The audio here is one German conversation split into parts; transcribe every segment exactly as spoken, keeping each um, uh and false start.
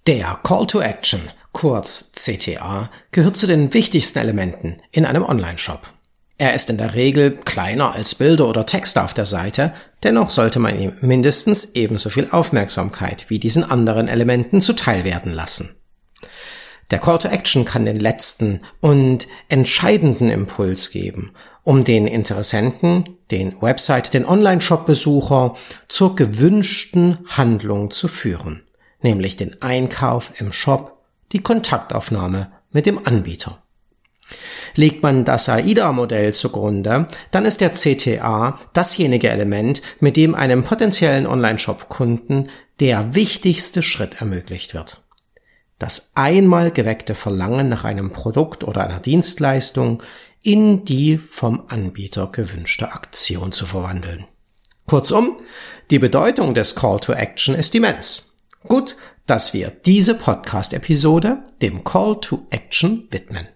Der Call to Action, kurz C T A, gehört zu den wichtigsten Elementen in einem Online-Shop. Er ist in der Regel kleiner als Bilder oder Texte auf der Seite, dennoch sollte man ihm mindestens ebenso viel Aufmerksamkeit wie diesen anderen Elementen zuteilwerden lassen. Der Call to Action kann den letzten und entscheidenden Impuls geben, um den Interessenten, den Website, den Online-Shop-Besucher zur gewünschten Handlung zu führen, nämlich den Einkauf im Shop, die Kontaktaufnahme mit dem Anbieter. Legt man das AIDA-Modell zugrunde, dann ist der C T A dasjenige Element, mit dem einem potenziellen Online-Shop-Kunden der wichtigste Schritt ermöglicht wird. Das einmal geweckte Verlangen nach einem Produkt oder einer Dienstleistung in die vom Anbieter gewünschte Aktion zu verwandeln. Kurzum, die Bedeutung des Call to Action ist immens. Gut, dass wir diese Podcast-Episode dem Call to Action widmen.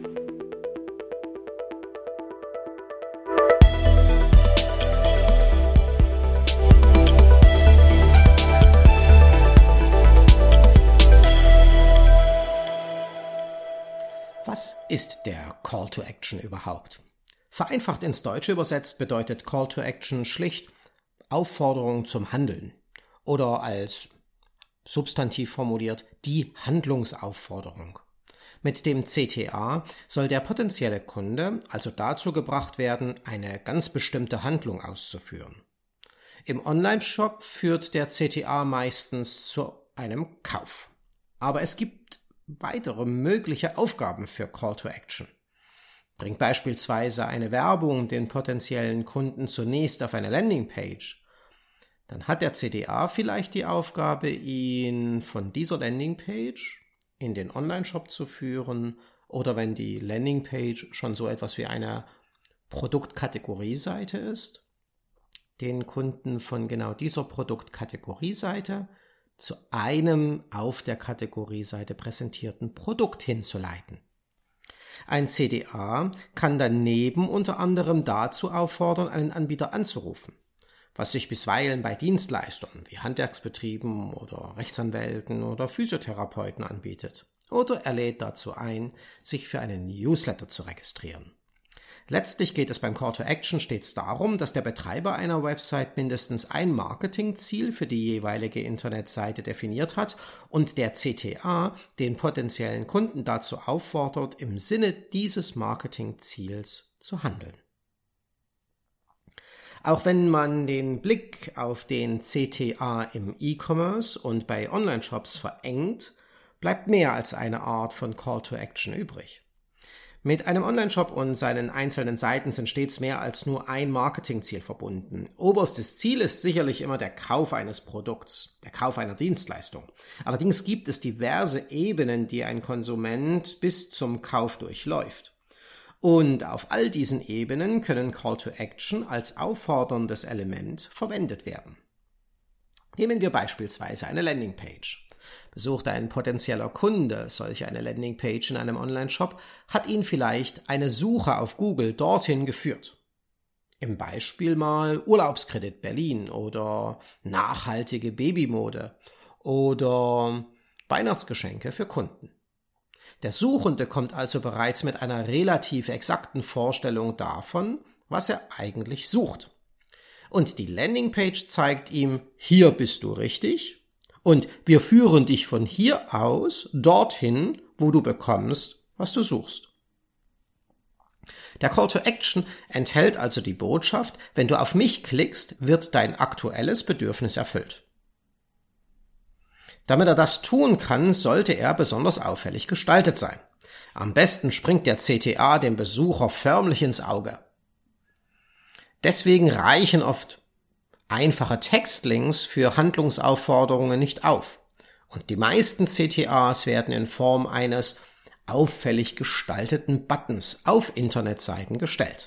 Was ist der Call to Action überhaupt? Vereinfacht ins Deutsche übersetzt bedeutet Call to Action schlicht Aufforderung zum Handeln oder als Substantiv formuliert die Handlungsaufforderung. Mit dem C T A soll der potenzielle Kunde also dazu gebracht werden, eine ganz bestimmte Handlung auszuführen. Im Online-Shop führt der C T A meistens zu einem Kauf. Aber es gibt weitere mögliche Aufgaben für Call to Action. Bringt beispielsweise eine Werbung den potenziellen Kunden zunächst auf eine Landingpage, dann hat der C T A vielleicht die Aufgabe, ihn von dieser Landingpage in den Online-Shop zu führen oder wenn die Landingpage schon so etwas wie eine Produktkategorieseite ist, den Kunden von genau dieser Produktkategorieseite zu einem auf der Kategorieseite präsentierten Produkt hinzuleiten. Ein C D A kann daneben unter anderem dazu auffordern, einen Anbieter anzurufen, was sich bisweilen bei Dienstleistern wie Handwerksbetrieben oder Rechtsanwälten oder Physiotherapeuten anbietet. Oder er lädt dazu ein, sich für einen Newsletter zu registrieren. Letztlich geht es beim Call to Action stets darum, dass der Betreiber einer Website mindestens ein Marketingziel für die jeweilige Internetseite definiert hat und der C T A den potenziellen Kunden dazu auffordert, im Sinne dieses Marketingziels zu handeln. Auch wenn man den Blick auf den C T A im E-Commerce und bei Online-Shops verengt, bleibt mehr als eine Art von Call to Action übrig. Mit einem Online-Shop und seinen einzelnen Seiten sind stets mehr als nur ein Marketingziel verbunden. Oberstes Ziel ist sicherlich immer der Kauf eines Produkts, der Kauf einer Dienstleistung. Allerdings gibt es diverse Ebenen, die ein Konsument bis zum Kauf durchläuft. Und auf all diesen Ebenen können Call to Action als aufforderndes Element verwendet werden. Nehmen wir beispielsweise eine Landingpage. Besucht ein potenzieller Kunde solch eine Landingpage in einem Online-Shop, hat ihn vielleicht eine Suche auf Google dorthin geführt. Im Beispiel mal Urlaubskredit Berlin oder nachhaltige Babymode oder Weihnachtsgeschenke für Kunden. Der Suchende kommt also bereits mit einer relativ exakten Vorstellung davon, was er eigentlich sucht. Und die Landingpage zeigt ihm, hier bist du richtig. Und wir führen dich von hier aus dorthin, wo du bekommst, was du suchst. Der Call to Action enthält also die Botschaft, wenn du auf mich klickst, wird dein aktuelles Bedürfnis erfüllt. Damit er das tun kann, sollte er besonders auffällig gestaltet sein. Am besten springt der C T A dem Besucher förmlich ins Auge. Deswegen reichen oft einfache Textlinks für Handlungsaufforderungen nicht auf. Und die meisten C T As werden in Form eines auffällig gestalteten Buttons auf Internetseiten gestellt.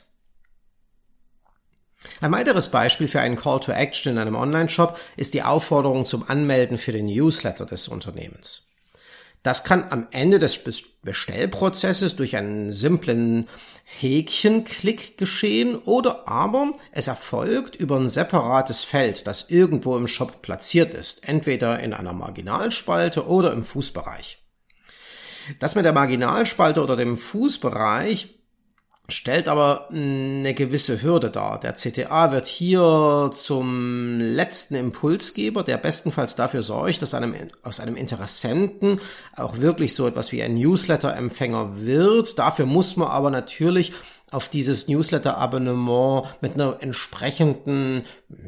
Ein weiteres Beispiel für einen Call to Action in einem Online-Shop ist die Aufforderung zum Anmelden für den Newsletter des Unternehmens. Das kann am Ende des Bestellprozesses durch einen simplen Häkchenklick geschehen oder aber es erfolgt über ein separates Feld, das irgendwo im Shop platziert ist, entweder in einer Marginalspalte oder im Fußbereich. Das mit der Marginalspalte oder dem Fußbereich stellt aber eine gewisse Hürde dar. Der C T A wird hier zum letzten Impulsgeber, der bestenfalls dafür sorgt, dass einem, aus einem Interessenten auch wirklich so etwas wie ein Newsletter-Empfänger wird. Dafür muss man aber natürlich auf dieses Newsletter-Abonnement mit einer entsprechenden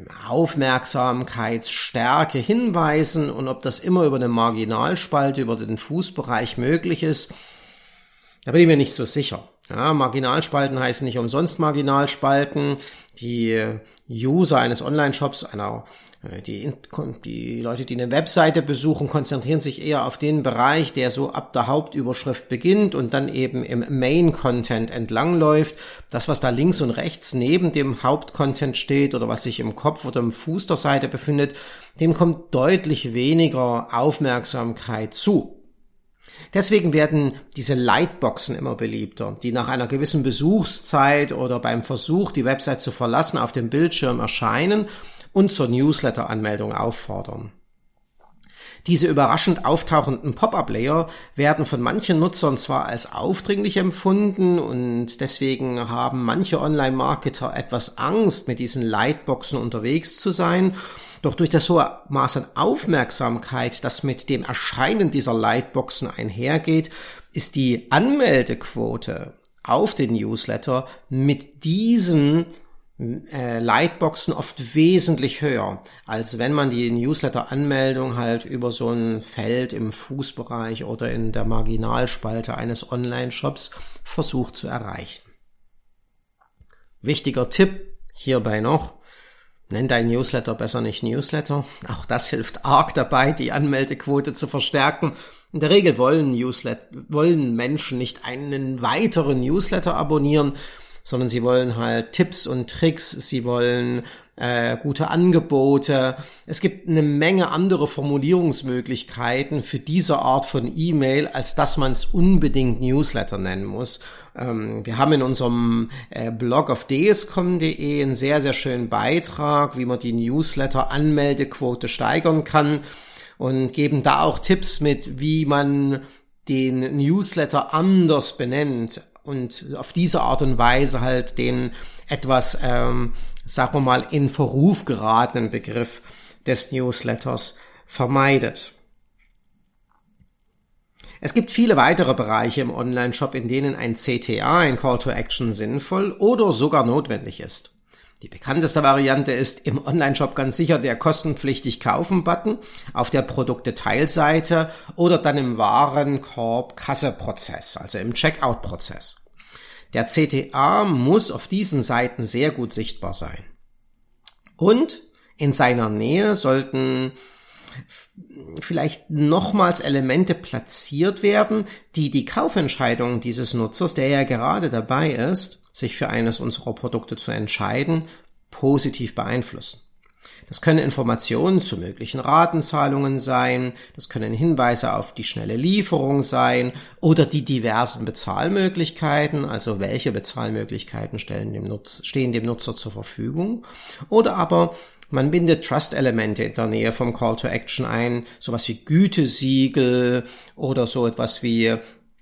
Aufmerksamkeitsstärke hinweisen. Und ob das immer über eine Marginalspalte, über den Fußbereich möglich ist, da bin ich mir nicht so sicher. Ja, Marginalspalten heißen nicht umsonst Marginalspalten. Die User eines Online-Shops, einer, die, die Leute, die eine Webseite besuchen, konzentrieren sich eher auf den Bereich, der so ab der Hauptüberschrift beginnt und dann eben im Main-Content entlangläuft. Das, was da links und rechts neben dem Hauptcontent steht oder was sich im Kopf oder im Fuß der Seite befindet, dem kommt deutlich weniger Aufmerksamkeit zu. Deswegen werden diese Lightboxen immer beliebter, die nach einer gewissen Besuchszeit oder beim Versuch, die Website zu verlassen, auf dem Bildschirm erscheinen und zur Newsletter-Anmeldung auffordern. Diese überraschend auftauchenden Pop-up-Layer werden von manchen Nutzern zwar als aufdringlich empfunden und deswegen haben manche Online-Marketer etwas Angst, mit diesen Lightboxen unterwegs zu sein. Doch durch das hohe Maß an Aufmerksamkeit, das mit dem Erscheinen dieser Lightboxen einhergeht, ist die Anmeldequote auf den Newsletter mit diesen äh, Lightboxen oft wesentlich höher, als wenn man die Newsletter-Anmeldung halt über so ein Feld im Fußbereich oder in der Marginalspalte eines Online-Shops versucht zu erreichen. Wichtiger Tipp hierbei noch: Nenn dein Newsletter besser nicht Newsletter. Auch das hilft arg dabei, die Anmeldequote zu verstärken. In der Regel wollen Newsletter, wollen Menschen nicht einen weiteren Newsletter abonnieren, sondern sie wollen halt Tipps und Tricks, sie wollen äh, gute Angebote. Es gibt eine Menge andere Formulierungsmöglichkeiten für diese Art von E-Mail, als dass man es unbedingt Newsletter nennen muss. Ähm, wir haben in unserem äh, Blog auf d s com punkt d e einen sehr, sehr schönen Beitrag, wie man die Newsletter-Anmeldequote steigern kann und geben da auch Tipps mit, wie man den Newsletter anders benennt und auf diese Art und Weise halt den etwas, ähm, sagen wir mal, in Verruf geratenen Begriff des Newsletters vermeidet. Es gibt viele weitere Bereiche im Online-Shop, in denen ein C T A, ein Call to Action, sinnvoll oder sogar notwendig ist. Die bekannteste Variante ist im Online-Shop ganz sicher der kostenpflichtig Kaufen-Button auf der Produkte-Teilseite oder dann im Warenkorb-Kasse-Prozess, also im Checkout-Prozess. Der C T A muss auf diesen Seiten sehr gut sichtbar sein. Und in seiner Nähe sollten vielleicht nochmals Elemente platziert werden, die die Kaufentscheidung dieses Nutzers, der ja gerade dabei ist, sich für eines unserer Produkte zu entscheiden, positiv beeinflussen. Das können Informationen zu möglichen Ratenzahlungen sein, das können Hinweise auf die schnelle Lieferung sein oder die diversen Bezahlmöglichkeiten, also welche Bezahlmöglichkeiten stellen dem Nutz- stehen dem Nutzer zur Verfügung, oder aber man bindet Trust-Elemente in der Nähe vom Call to Action ein, sowas wie Gütesiegel oder so etwas wie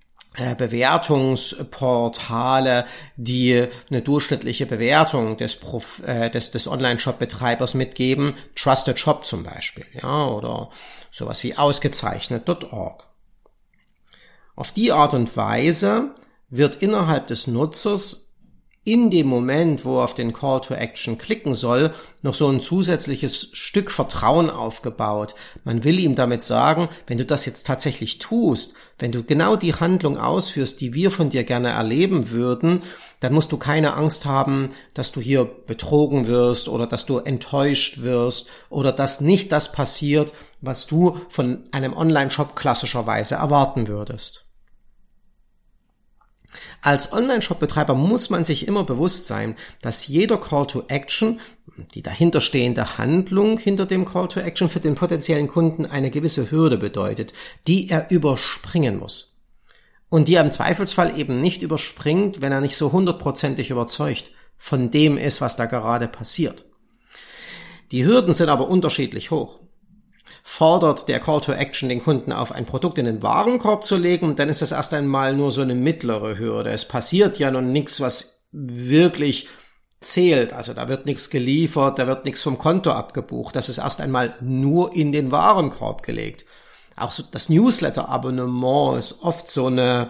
Bewertungsportale, die eine durchschnittliche Bewertung des, Prof, äh, des, des Online-Shop-Betreibers mitgeben, Trusted Shop zum Beispiel, ja, oder sowas wie ausgezeichnet punkt org. Auf die Art und Weise wird innerhalb des Nutzers in dem Moment, wo er auf den Call to Action klicken soll, noch so ein zusätzliches Stück Vertrauen aufgebaut. Man will ihm damit sagen, wenn du das jetzt tatsächlich tust, wenn du genau die Handlung ausführst, die wir von dir gerne erleben würden, dann musst du keine Angst haben, dass du hier betrogen wirst oder dass du enttäuscht wirst oder dass nicht das passiert, was du von einem Online-Shop klassischerweise erwarten würdest. Als Online-Shop-Betreiber muss man sich immer bewusst sein, dass jeder Call-to-Action, die dahinterstehende Handlung hinter dem Call-to-Action für den potenziellen Kunden eine gewisse Hürde bedeutet, die er überspringen muss. Und die er im Zweifelsfall eben nicht überspringt, wenn er nicht so hundertprozentig überzeugt von dem ist, was da gerade passiert. Die Hürden sind aber unterschiedlich hoch. Fordert der Call to Action den Kunden auf, ein Produkt in den Warenkorb zu legen, dann ist das erst einmal nur so eine mittlere Hürde. Es passiert ja noch nichts, was wirklich zählt. Also da wird nichts geliefert, da wird nichts vom Konto abgebucht. Das ist erst einmal nur in den Warenkorb gelegt. Auch so das Newsletter-Abonnement ist oft so eine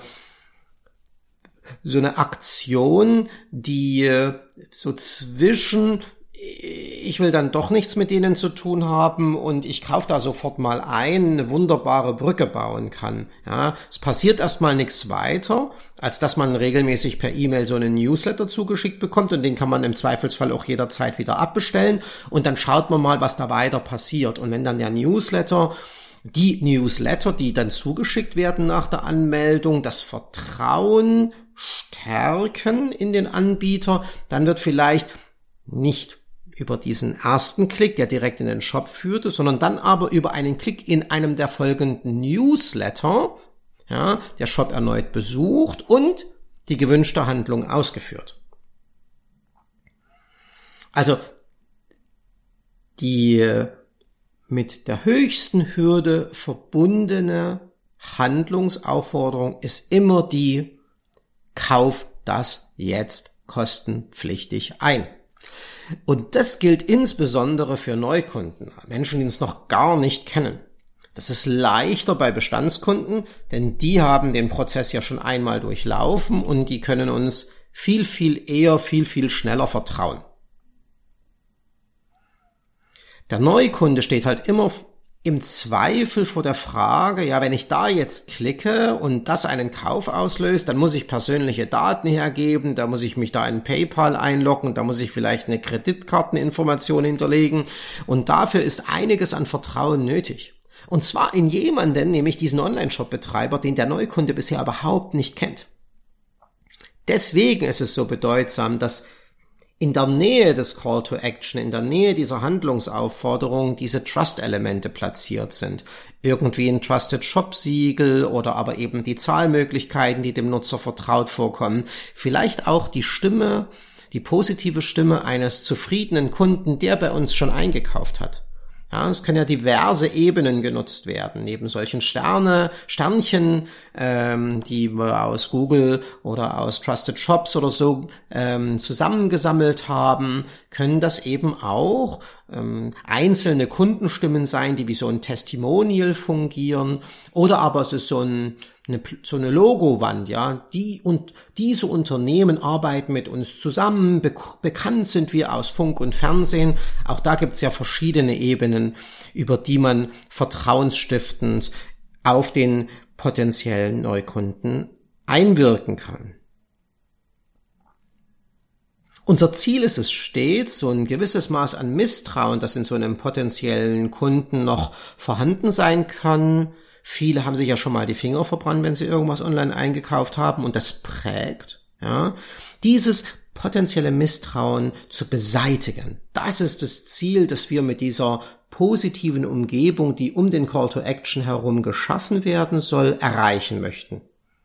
so eine Aktion, die so zwischen ich will dann doch nichts mit denen zu tun haben und ich kaufe da sofort mal ein, eine wunderbare Brücke bauen kann. Ja, es passiert erstmal nichts weiter, als dass man regelmäßig per E-Mail so einen Newsletter zugeschickt bekommt und den kann man im Zweifelsfall auch jederzeit wieder abbestellen und dann schaut man mal, was da weiter passiert. Und wenn dann der Newsletter, die Newsletter, die dann zugeschickt werden nach der Anmeldung, das Vertrauen stärken in den Anbieter, dann wird vielleicht nicht über diesen ersten Klick, der direkt in den Shop führte, sondern dann aber über einen Klick in einem der folgenden Newsletter, ja, der Shop erneut besucht und die gewünschte Handlung ausgeführt. Also die mit der höchsten Hürde verbundene Handlungsaufforderung ist immer die: Kauf das jetzt kostenpflichtig ein. Und das gilt insbesondere für Neukunden, Menschen, die uns noch gar nicht kennen. Das ist leichter bei Bestandskunden, denn die haben den Prozess ja schon einmal durchlaufen und die können uns viel, viel eher, viel, viel schneller vertrauen. Der Neukunde steht halt immer im Zweifel vor der Frage, ja, wenn ich da jetzt klicke und das einen Kauf auslöst, dann muss ich persönliche Daten hergeben, da muss ich mich da in PayPal einloggen, da muss ich vielleicht eine Kreditkarteninformation hinterlegen und dafür ist einiges an Vertrauen nötig. Und zwar in jemanden, nämlich diesen Online-Shop-Betreiber, den der Neukunde bisher überhaupt nicht kennt. Deswegen ist es so bedeutsam, dass in der Nähe des Call to Action, in der Nähe dieser Handlungsaufforderung diese Trust-Elemente platziert sind. Irgendwie ein Trusted Shop-Siegel oder aber eben die Zahlmöglichkeiten, die dem Nutzer vertraut vorkommen. Vielleicht auch die Stimme, die positive Stimme eines zufriedenen Kunden, der bei uns schon eingekauft hat. Ja, es können ja diverse Ebenen genutzt werden. Neben solchen Sterne, Sternchen, ähm, die wir aus Google oder aus Trusted Shops oder so ähm, zusammengesammelt haben, können das eben auch ähm, einzelne Kundenstimmen sein, die wie so ein Testimonial fungieren. Oder aber es ist so ein Eine, so eine Logowand, ja, die und diese Unternehmen arbeiten mit uns zusammen, be- bekannt sind wir aus Funk und Fernsehen. Auch da gibt's ja verschiedene Ebenen, über die man vertrauensstiftend auf den potenziellen Neukunden einwirken kann. Unser Ziel ist es stets, so ein gewisses Maß an Misstrauen, das in so einem potenziellen Kunden noch vorhanden sein kann. Viele haben sich ja schon mal die Finger verbrannt, wenn sie irgendwas online eingekauft haben und das prägt, ja. Dieses potenzielle Misstrauen zu beseitigen, das ist das Ziel, das wir mit dieser positiven Umgebung, die um den Call to Action herum geschaffen werden soll, erreichen möchten.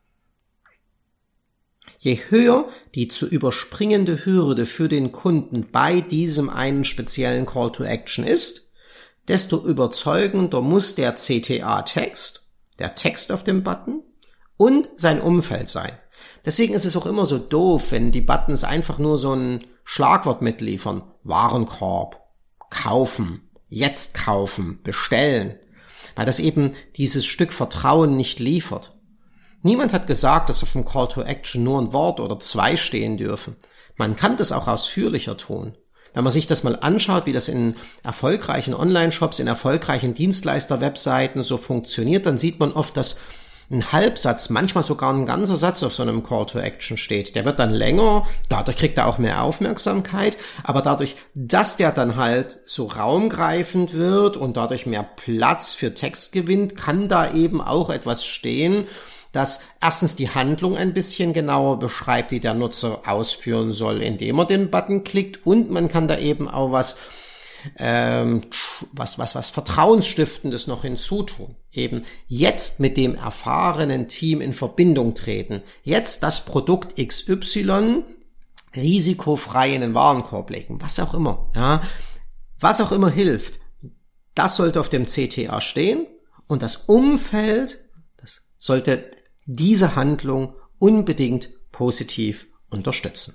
Je höher die zu überspringende Hürde für den Kunden bei diesem einen speziellen Call to Action ist, desto überzeugender muss der C T A-Text, der Text auf dem Button und sein Umfeld sein. Deswegen ist es auch immer so doof, wenn die Buttons einfach nur so ein Schlagwort mitliefern. Warenkorb, kaufen, jetzt kaufen, bestellen. Weil das eben dieses Stück Vertrauen nicht liefert. Niemand hat gesagt, dass auf dem Call to Action nur ein Wort oder zwei stehen dürfen. Man kann das auch ausführlicher tun. Wenn man sich das mal anschaut, wie das in erfolgreichen Online-Shops, in erfolgreichen Dienstleister-Webseiten so funktioniert, dann sieht man oft, dass ein Halbsatz, manchmal sogar ein ganzer Satz auf so einem Call to Action steht. Der wird dann länger, dadurch kriegt er auch mehr Aufmerksamkeit, aber dadurch, dass der dann halt so raumgreifend wird und dadurch mehr Platz für Text gewinnt, kann da eben auch etwas stehen, das erstens die Handlung ein bisschen genauer beschreibt, die der Nutzer ausführen soll, indem er den Button klickt, und man kann da eben auch was ähm, was was was Vertrauensstiftendes noch hinzutun. Eben jetzt mit dem erfahrenen Team in Verbindung treten. Jetzt das Produkt X Y risikofrei in den Warenkorb legen, was auch immer, ja, was auch immer hilft. Das sollte auf dem C T A stehen, und das Umfeld, das sollte diese Handlung unbedingt positiv unterstützen.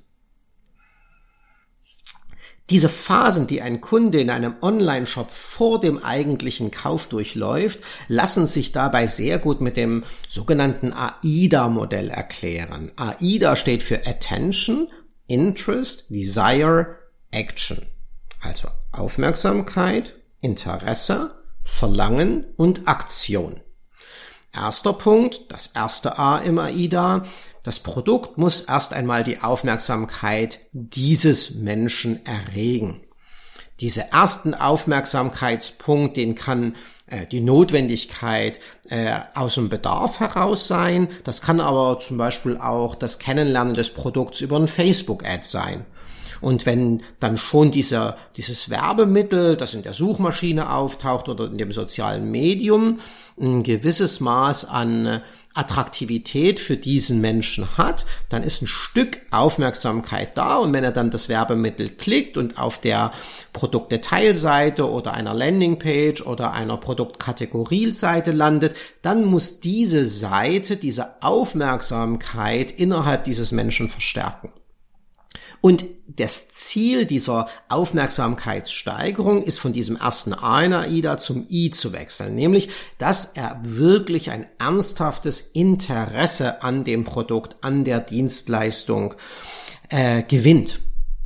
Diese Phasen, die ein Kunde in einem Online-Shop vor dem eigentlichen Kauf durchläuft, lassen sich dabei sehr gut mit dem sogenannten AIDA-Modell erklären. AIDA steht für Attention, Interest, Desire, Action. Also Aufmerksamkeit, Interesse, Verlangen und Aktion. Erster Punkt, das erste A im AIDA: Das Produkt muss erst einmal die Aufmerksamkeit dieses Menschen erregen. Dieser ersten Aufmerksamkeitspunkt, den kann äh, die Notwendigkeit äh, aus dem Bedarf heraus sein. Das kann aber zum Beispiel auch das Kennenlernen des Produkts über ein Facebook-Ad sein. Und wenn dann schon dieser, dieses Werbemittel, das in der Suchmaschine auftaucht oder in dem sozialen Medium, ein gewisses Maß an Attraktivität für diesen Menschen hat, dann ist ein Stück Aufmerksamkeit da, und wenn er dann das Werbemittel klickt und auf der Produktdetailseite oder einer Landingpage oder einer Produktkategorieseite landet, dann muss diese Seite diese Aufmerksamkeit innerhalb dieses Menschen verstärken. Und das Ziel dieser Aufmerksamkeitssteigerung ist, von diesem ersten A in AIDA zum I zu wechseln, nämlich, dass er wirklich ein ernsthaftes Interesse an dem Produkt, an der Dienstleistung äh, gewinnt.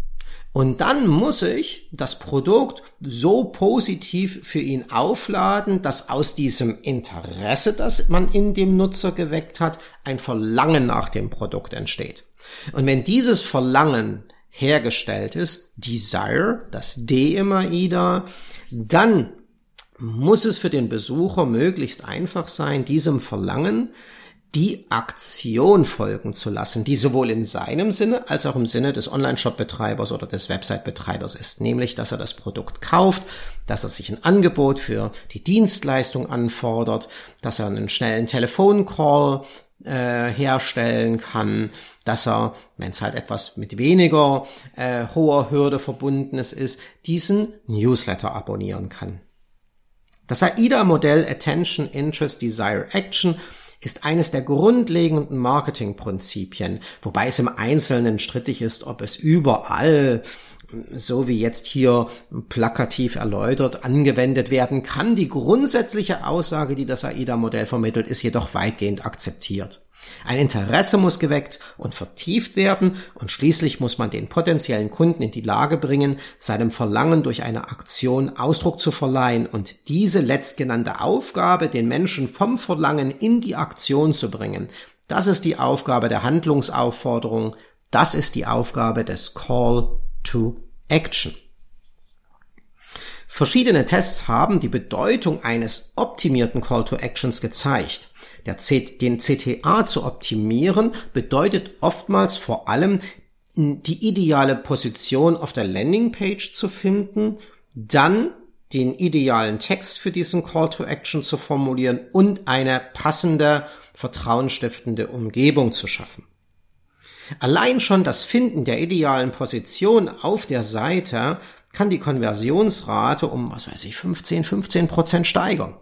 Und dann muss ich das Produkt so positiv für ihn aufladen, dass aus diesem Interesse, das man in dem Nutzer geweckt hat, ein Verlangen nach dem Produkt entsteht. Und wenn dieses Verlangen hergestellt ist, Desire, das D im AIDA, dann muss es für den Besucher möglichst einfach sein, diesem Verlangen die Aktion folgen zu lassen, die sowohl in seinem Sinne als auch im Sinne des Online-Shop-Betreibers oder des Website-Betreibers ist, nämlich, dass er das Produkt kauft, dass er sich ein Angebot für die Dienstleistung anfordert, dass er einen schnellen Telefoncall äh, herstellen kann, dass er, wenn es halt etwas mit weniger äh, hoher Hürde verbundenes ist, diesen Newsletter abonnieren kann. Das AIDA-Modell Attention, Interest, Desire, Action ist eines der grundlegenden Marketingprinzipien, wobei es im Einzelnen strittig ist, ob es überall, so wie jetzt hier plakativ erläutert, angewendet werden kann. Die grundsätzliche Aussage, die das AIDA-Modell vermittelt, ist jedoch weitgehend akzeptiert. Ein Interesse muss geweckt und vertieft werden, und schließlich muss man den potenziellen Kunden in die Lage bringen, seinem Verlangen durch eine Aktion Ausdruck zu verleihen und diese letztgenannte Aufgabe, den Menschen vom Verlangen in die Aktion zu bringen. Das ist die Aufgabe der Handlungsaufforderung, das ist die Aufgabe des Call to Action. Verschiedene Tests haben die Bedeutung eines optimierten Call to Actions gezeigt. Der C- den C T A zu optimieren bedeutet oftmals vor allem, die ideale Position auf der Landingpage zu finden, dann den idealen Text für diesen Call to Action zu formulieren und eine passende, vertrauensstiftende Umgebung zu schaffen. Allein schon das Finden der idealen Position auf der Seite kann die Konversionsrate um, was weiß ich, fünfzehn, fünfzehn Prozent steigern.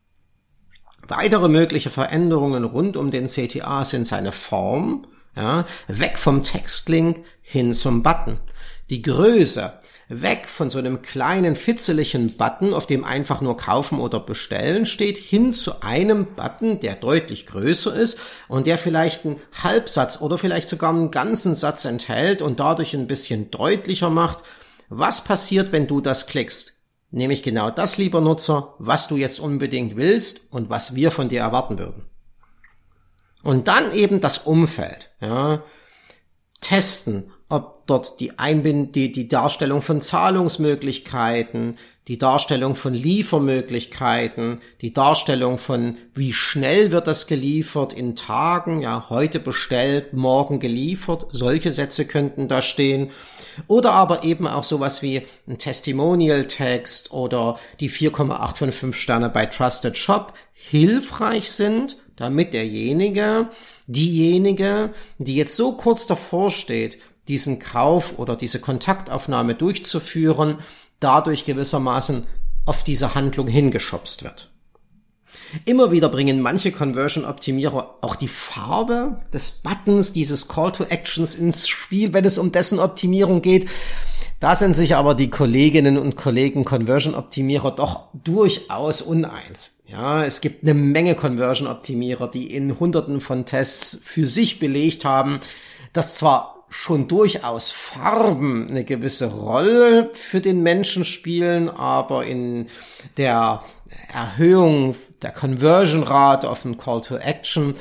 Weitere mögliche Veränderungen rund um den C T A sind seine Form, ja, weg vom Textlink hin zum Button. Die Größe, weg von so einem kleinen fitzeligen Button, auf dem einfach nur kaufen oder bestellen steht, hin zu einem Button, der deutlich größer ist und der vielleicht einen Halbsatz oder vielleicht sogar einen ganzen Satz enthält und dadurch ein bisschen deutlicher macht, was passiert, wenn du das klickst. Nämlich genau das, lieber Nutzer, was du jetzt unbedingt willst und was wir von dir erwarten würden. Und dann eben das Umfeld. Ja. testen, ob dort die Einbind die, die Darstellung von Zahlungsmöglichkeiten, die Darstellung von Liefermöglichkeiten, die Darstellung von wie schnell wird das geliefert in Tagen, ja, heute bestellt, morgen geliefert, solche Sätze könnten da stehen. Oder aber eben auch sowas wie ein Testimonial-Text oder die vier Komma acht von fünf Sterne bei Trusted Shop hilfreich sind, damit derjenige, diejenige, die jetzt so kurz davor steht, diesen Kauf oder diese Kontaktaufnahme durchzuführen, dadurch gewissermaßen auf diese Handlung hingeschubst wird. Immer wieder bringen manche Conversion-Optimierer auch die Farbe des Buttons, dieses Call to Actions ins Spiel, wenn es um dessen Optimierung geht. Da sind sich aber die Kolleginnen und Kollegen Conversion-Optimierer doch durchaus uneins. Ja, es gibt eine Menge Conversion-Optimierer, die in Hunderten von Tests für sich belegt haben, dass zwar schon durchaus Farben eine gewisse Rolle für den Menschen spielen, aber in der Erhöhung der Conversion-Rate auf den Call to Action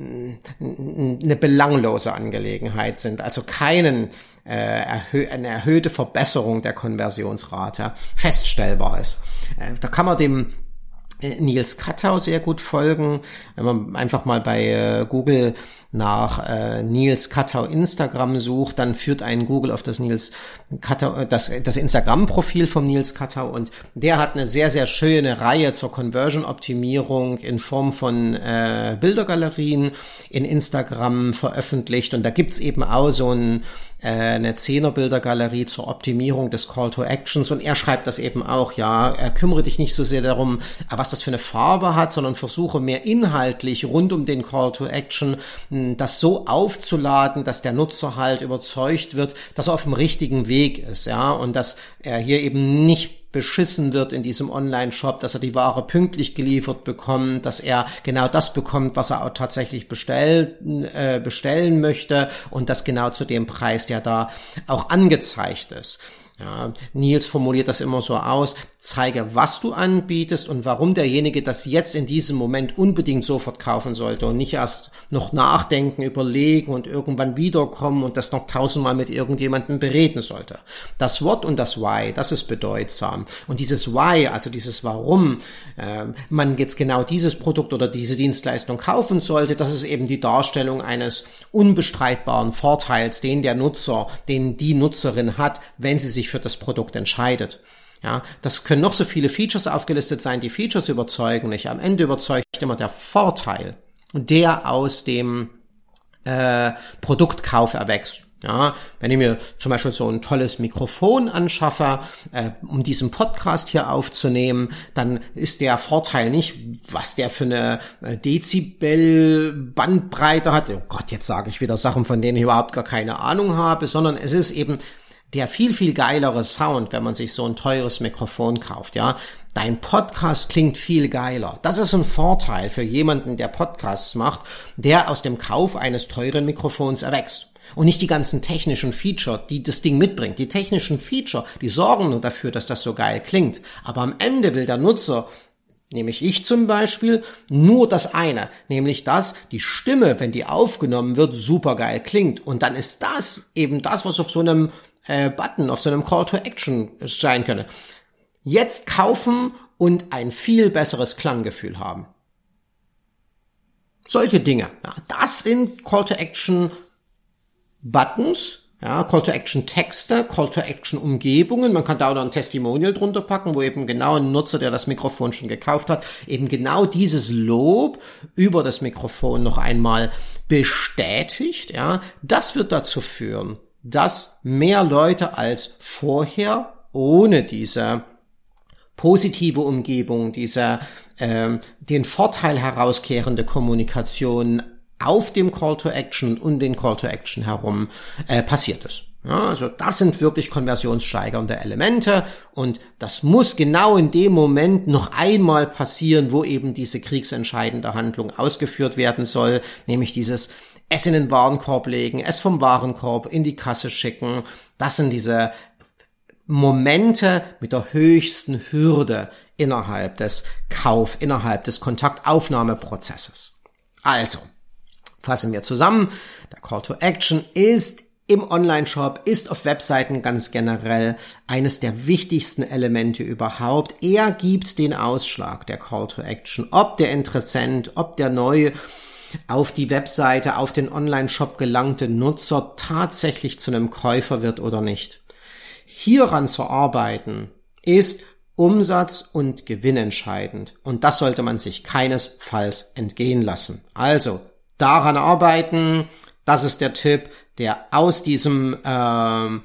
eine belanglose Angelegenheit sind, also keinen äh, erhö- eine erhöhte Verbesserung der Konversionsrate feststellbar ist. Äh, da kann man dem Nils Kattau sehr gut folgen, wenn man einfach mal bei äh, Google nach äh, Nils Kattau Instagram sucht, dann führt einen Google auf das Nils Kattau, das, das Instagram-Profil von Nils Kattau, und der hat eine sehr, sehr schöne Reihe zur Conversion-Optimierung in Form von äh, Bildergalerien in Instagram veröffentlicht, und da gibt's eben auch so ein eine Zehner-Bildergalerie zur Optimierung des Call to Actions, und er schreibt das eben auch, ja, er kümmere dich nicht so sehr darum, was das für eine Farbe hat, sondern versuche mehr inhaltlich rund um den Call to Action das so aufzuladen, dass der Nutzer halt überzeugt wird, dass er auf dem richtigen Weg ist, ja, und dass er hier eben nicht beschissen wird in diesem Online-Shop, dass er die Ware pünktlich geliefert bekommt, dass er genau das bekommt, was er auch tatsächlich bestellen, äh, bestellen möchte, und das genau zu dem Preis, der da auch angezeigt ist. Ja, Nils formuliert das immer so aus: Zeige, was du anbietest und warum derjenige das jetzt in diesem Moment unbedingt sofort kaufen sollte und nicht erst noch nachdenken, überlegen und irgendwann wiederkommen und das noch tausendmal mit irgendjemandem bereden sollte. Das What und das Why, das ist bedeutsam. Und dieses Why, also dieses Warum äh, man jetzt genau dieses Produkt oder diese Dienstleistung kaufen sollte, das ist eben die Darstellung eines unbestreitbaren Vorteils, den der Nutzer, den die Nutzerin hat, wenn sie sich für das Produkt entscheidet. Ja, das können noch so viele Features aufgelistet sein, die Features überzeugen nicht. Am Ende überzeugt immer der Vorteil, der aus dem äh, Produktkauf erwächst. Ja, wenn ich mir zum Beispiel so ein tolles Mikrofon anschaffe, äh, um diesen Podcast hier aufzunehmen, dann ist der Vorteil nicht, was der für eine Dezibel-Bandbreite hat. Oh Gott, jetzt sage ich wieder Sachen, von denen ich überhaupt gar keine Ahnung habe, sondern es ist eben der viel, viel geilere Sound, wenn man sich so ein teures Mikrofon kauft, ja. Dein Podcast klingt viel geiler. Das ist ein Vorteil für jemanden, der Podcasts macht, der aus dem Kauf eines teuren Mikrofons erwächst. Und nicht die ganzen technischen Feature, die das Ding mitbringt. Die technischen Feature, die sorgen nur dafür, dass das so geil klingt. Aber am Ende will der Nutzer, nämlich ich zum Beispiel, nur das eine, nämlich dass die Stimme, wenn die aufgenommen wird, super geil klingt. Und dann ist das eben das, was auf so einem äh, Button, auf so einem Call to Action sein könnte. Jetzt kaufen und ein viel besseres Klanggefühl haben. Solche Dinge. Ja, das sind Call to Action Buttons, ja, Call to Action Texte, Call to Action Umgebungen. Man kann da auch noch ein Testimonial drunter packen, wo eben genau ein Nutzer, der das Mikrofon schon gekauft hat, eben genau dieses Lob über das Mikrofon noch einmal bestätigt. Ja, das wird dazu führen, dass mehr Leute als vorher ohne diese positive Umgebung, diese ähm, den Vorteil herauskehrende Kommunikation auf dem Call to Action und den Call to Action herum äh, passiert ist. Ja, also das sind wirklich konversionssteigernde Elemente, und das muss genau in dem Moment noch einmal passieren, wo eben diese kriegsentscheidende Handlung ausgeführt werden soll, nämlich dieses es in den Warenkorb legen, es vom Warenkorb in die Kasse schicken. Das sind diese Momente mit der höchsten Hürde innerhalb des Kauf, innerhalb des Kontaktaufnahmeprozesses. Also, fassen wir zusammen. Der Call to Action ist im Online-Shop ist auf Webseiten ganz generell eines der wichtigsten Elemente überhaupt. Er gibt den Ausschlag, der Call to Action, ob der Interessent, ob der neue auf die Webseite, auf den Online-Shop gelangte Nutzer tatsächlich zu einem Käufer wird oder nicht. Hieran zu arbeiten ist Umsatz und Gewinn entscheidend und das sollte man sich keinesfalls entgehen lassen. Also daran arbeiten, das ist der Tipp, der aus diesem äh,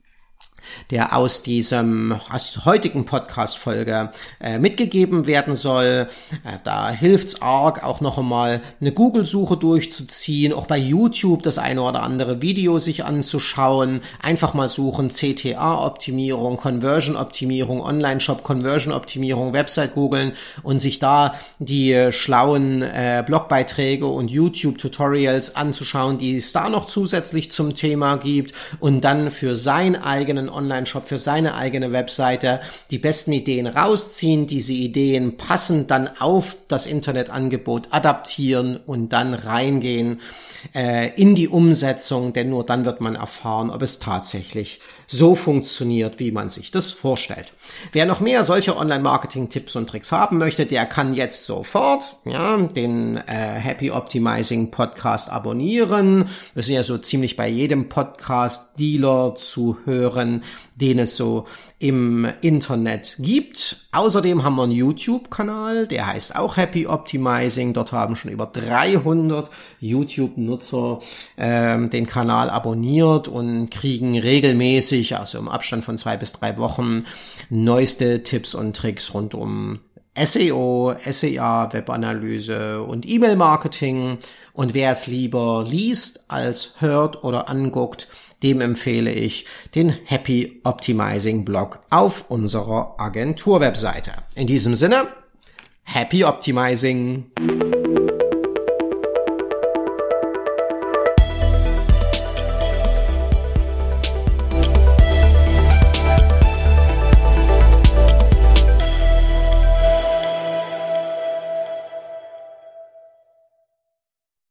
der aus diesem aus dieser heutigen Podcast-Folge äh, mitgegeben werden soll. Äh, da hilft's arg, auch noch einmal eine Google-Suche durchzuziehen, auch bei YouTube das eine oder andere Video sich anzuschauen. Einfach mal suchen, C T A-Optimierung, Conversion-Optimierung, Online-Shop-Conversion-Optimierung, Website googeln und sich da die schlauen äh, Blogbeiträge und YouTube-Tutorials anzuschauen, die es da noch zusätzlich zum Thema gibt und dann für seinen eigenen Online-Shop, für seine eigene Webseite die besten Ideen rausziehen, diese Ideen passend dann auf das Internetangebot adaptieren und dann reingehen äh, in die Umsetzung, denn nur dann wird man erfahren, ob es tatsächlich so funktioniert, wie man sich das vorstellt. Wer noch mehr solche Online-Marketing-Tipps und Tricks haben möchte, der kann jetzt sofort ja, den äh, Happy Optimizing Podcast abonnieren. Wir sind ja so ziemlich bei jedem Podcast-Dealer zu hören, den es so im Internet gibt. Außerdem haben wir einen YouTube-Kanal, der heißt auch Happy Optimizing. Dort haben schon über dreihundert YouTube-Nutzer ähm, den Kanal abonniert und kriegen regelmäßig, also im Abstand von zwei bis drei Wochen, neueste Tipps und Tricks rund um S E O, S E A, Webanalyse und E-Mail-Marketing. Und wer es lieber liest als hört oder anguckt, dem empfehle ich den Happy Optimizing Blog auf unserer Agentur-Webseite. In diesem Sinne, Happy Optimizing!